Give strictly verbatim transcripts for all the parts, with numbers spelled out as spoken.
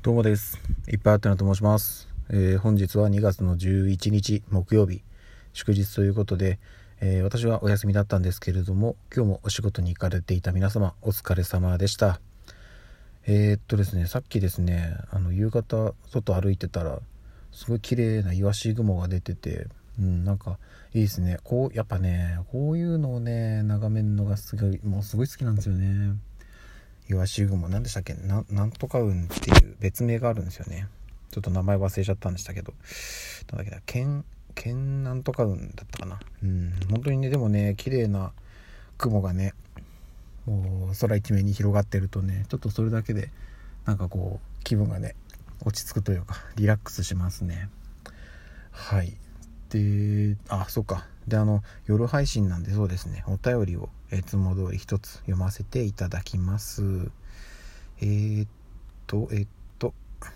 どうもです。いっぱいあってなと申します。えー、本日はにがつのじゅういちにち木曜日、祝日ということで、えー、私はお休みだったんですけれども、今日もお仕事に行かれていた皆様お疲れ様でした。えー、っとですねさっきですねあの夕方外歩いてたらすごい綺麗なイワシ雲が出てて、うん、なんかいいですね。こうやっぱねこういうのをね眺めるのがすごいもうすごい好きなんですよね。イワシ雲なんでしたっけななんとか雲っていう別名があるんですよね。ちょっと名前忘れちゃったんでしたけど、なんだっけな、ケンケンなんとか雲だったかな。うん本当にね、でもね綺麗な雲がねもう空一面に広がってるとね、ちょっとそれだけでなんかこう気分がね落ち着くというかリラックスしますね。はい。で、あ、そうか。で、あの夜配信なんで、そうですね、お便りをいつも通り一つ読ませていただきます。えー、っとえっと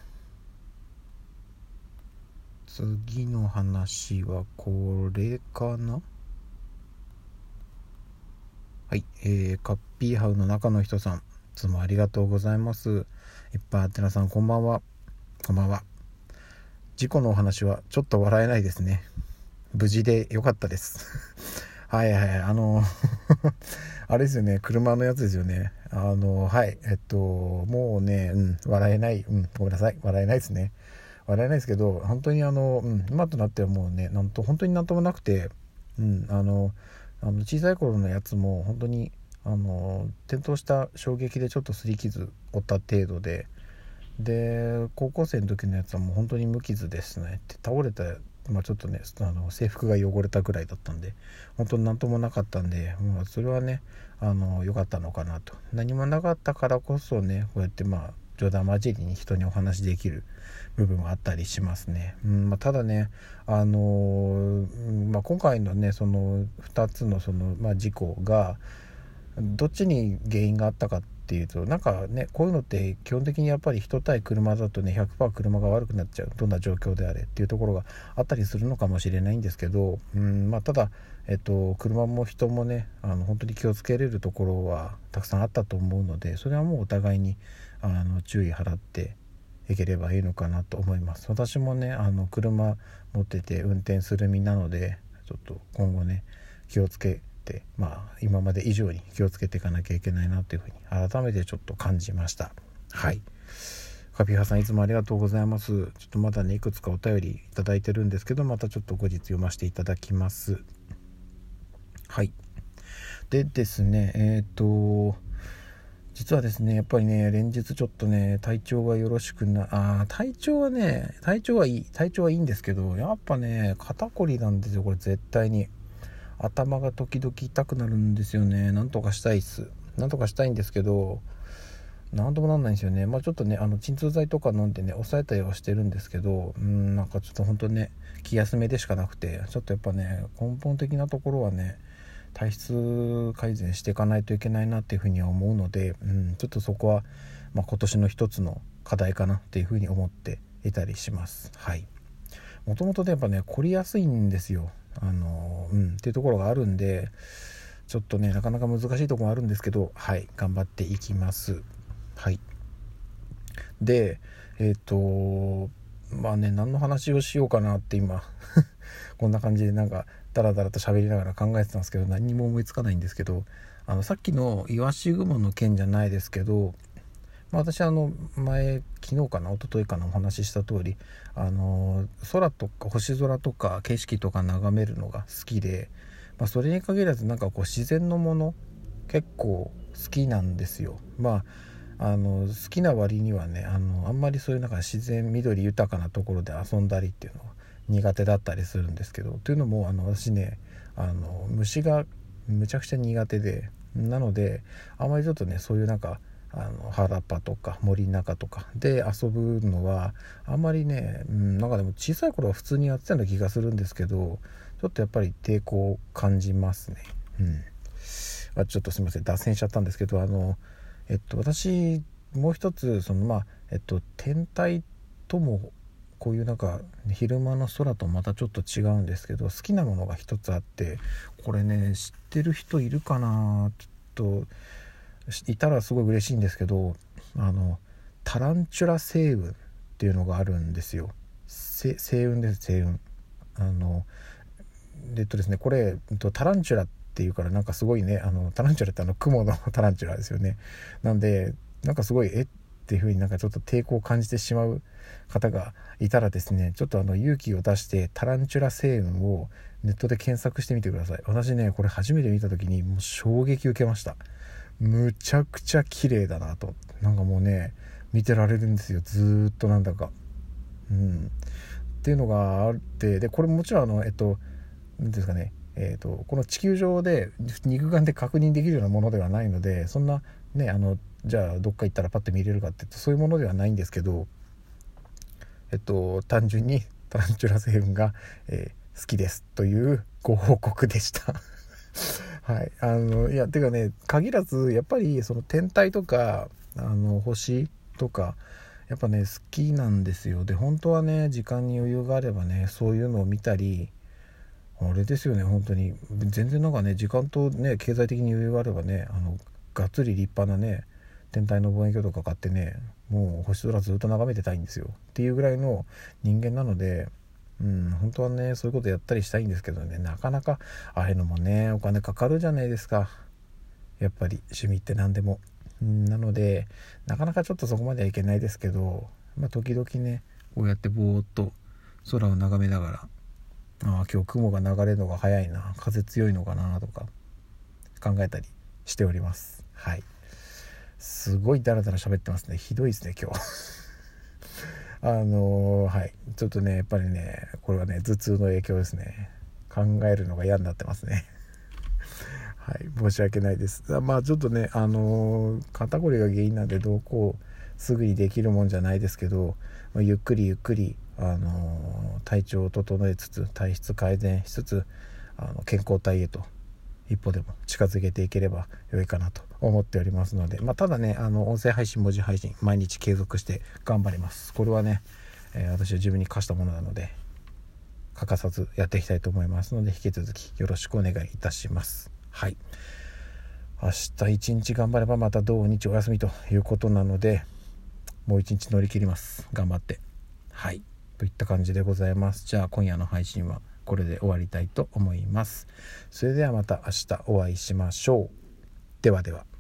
次の話はこれかな。はい、えー、カッピーハウの中の人さん、いつもありがとうございます。いっぱいあてなさん、こんばんは。こんばんは。事故のお話はちょっと笑えないですね。無事でよかったですはいはい、あのあれですよね、車のやつですよね。あのはいえっともうね、うん、笑えない、うん、ごめんなさい、笑えないですね。笑えないですけど、本当にあの、うん、今となってはもうね、なんと本当になんともなくて、うん、あのあの小さい頃のやつも本当にあの転倒した衝撃でちょっと擦り傷負った程度で、で高校生の時のやつはもう本当に無傷ですね。って倒れた、まあ、ちょっとねあの制服が汚れたぐらいだったんで本当になんともなかったんで、まあ、それはねあの良かったのかなと。何もなかったからこそね、こうやってまあ冗談交じりに人にお話できる部分はあったりしますね。うんまあ、ただね、あのーまあ、今回のねそのふたつのその、まあ、事故がどっちに原因があったかっていうと、なんかねこういうのって基本的にやっぱり人対車だとね ひゃくパーセント 車が悪くなっちゃう、どんな状況であれっていうところがあったりするのかもしれないんですけど、うんまあただえっと車も人もねあの本当に気をつけれるところはたくさんあったと思うので、それはもうお互いにあの注意払っていければいいのかなと思います。私もねあの車持ってて運転する身なので、ちょっと今後ね気をつけて、まあ今まで以上に気をつけていかなきゃいけないなというふうに改めてちょっと感じました。はい。カピハさん、いつもありがとうございます。ちょっとまだねいくつかお便りいただいてるんですけど、またちょっと後日読ませていただきます。はい。でですねえっ、ー、と実はですねやっぱりね連日ちょっとね体調がよろしくなあ体調はね体調はいい体調はいいんですけど、やっぱね肩こりなんですよ。これ絶対に頭が時々痛くなるんですよね。なんとかしたいっすなんとかしたいんですけど、なんともなんないんですよね。まあちょっとねあの鎮痛剤とか飲んでね抑えたりはしてるんですけど、うんなんかちょっと本当ね気休めでしかなくて、ちょっとやっぱね根本的なところはね体質改善していかないといけないなっていうふうには思うので、うん、ちょっとそこは、まあ、今年の一つの課題かなっていうふうに思っていたりします。はい。もともとやっぱね凝りやすいんですよ。あのうんっていうところがあるんで、ちょっとねなかなか難しいところもあるんですけど、はい頑張っていきます。はい。でえっ、とまあね何の話をしようかなって今こんな感じでなんかダラダラと喋りながら考えてたんですけど、何にも思いつかないんですけど、あのさっきのイワシ雲の件じゃないですけど、まあ、私あの前昨日かな一昨日かなお話しした通り、あの空とか星空とか景色とか眺めるのが好きで、まあ、それに限らずなんかこう自然のもの結構好きなんですよ。まああの好きな割にはねあのあんまりそういうなんか自然緑豊かなところで遊んだりっていうのは苦手だったりするんですけど、というのもあの私ねあの虫がむちゃくちゃ苦手で、なのであんまりちょっとねそういうなんかあの原っぱとか森の中とかで遊ぶのはあんまりね、うん、なんかでも小さい頃は普通にやってたような気がするんですけど、ちょっとやっぱり抵抗を感じますね。うんあちょっとすみません脱線しちゃったんですけど、あのえっと私もう一つそのまあえっと天体ともこういうなんか昼間の空とまたちょっと違うんですけど、好きなものが一つあって、これね知ってる人いるかな、ちょっといたらすごい嬉しいんですけど、あのタランチュラ星雲っていうのがあるんですよ。星雲です。星雲。あのでえっとですねこれタランチュラっていうからなんかすごいね、あのタランチュラってあの雲のタランチュラですよね。なんでなんかすごいえっていう風になんかちょっと抵抗を感じてしまう方がいたらですね、ちょっとあの勇気を出してタランチュラ星雲をネットで検索してみてください。私ねこれ初めて見た時にもう衝撃受けました。むちゃくちゃ綺麗だなと、なんかもうね見てられるんですよ、ずーっとなんだか、うんっていうのがあって、でこれもちろんあのえっと何ですかね、えーと、この地球上で肉眼で確認できるようなものではないので、そんなねあのじゃあどっか行ったらパッと見れるかってそういうものではないんですけど、えっと単純にタランチュラ星雲が、えー、好きですというご報告でしたはい、あのいやてかね限らずやっぱりその天体とかあの星とかやっぱね好きなんですよ。で本当はね時間に余裕があればねそういうのを見たり、あれですよね本当に全然なんかね時間とね経済的に余裕があればねあのがっつり立派なね天体の望遠鏡とか買ってねもう星空ずっと眺めてたいんですよっていうぐらいの人間なので、うん本当はねそういうことやったりしたいんですけどね、なかなかああいうのもねお金かかるじゃないですか、やっぱり趣味って何でも、うん、なのでなかなかちょっとそこまではいけないですけど、まあ時々ねこうやってぼーっと空を眺めながら、あ今日雲が流れるのが早いな、風強いのかなとか考えたりしております。はい、すごいダラダラ喋ってますね、ひどいですね今日あのー、はいちょっとねやっぱりねこれはね頭痛の影響ですね。考えるのが嫌になってますねはい申し訳ないです。まあちょっとねあのー、肩こりが原因なんでどうこうすぐにできるもんじゃないですけど、まあ、ゆっくりゆっくりあの体調を整えつつ体質改善しつつあの健康体へと一歩でも近づけていければ良いかなと思っておりますので、まあ、ただねあの音声配信文字配信毎日継続して頑張ります。これはね、えー、私は自分に課したものなので欠かさずやっていきたいと思いますので引き続きよろしくお願いいたします。はい、明日一日頑張ればまた土日お休みということなのでもう一日乗り切ります。頑張って、はいといった感じでございます。じゃあ今夜の配信はこれで終わりたいと思います。それではまた明日お会いしましょう。ではでは。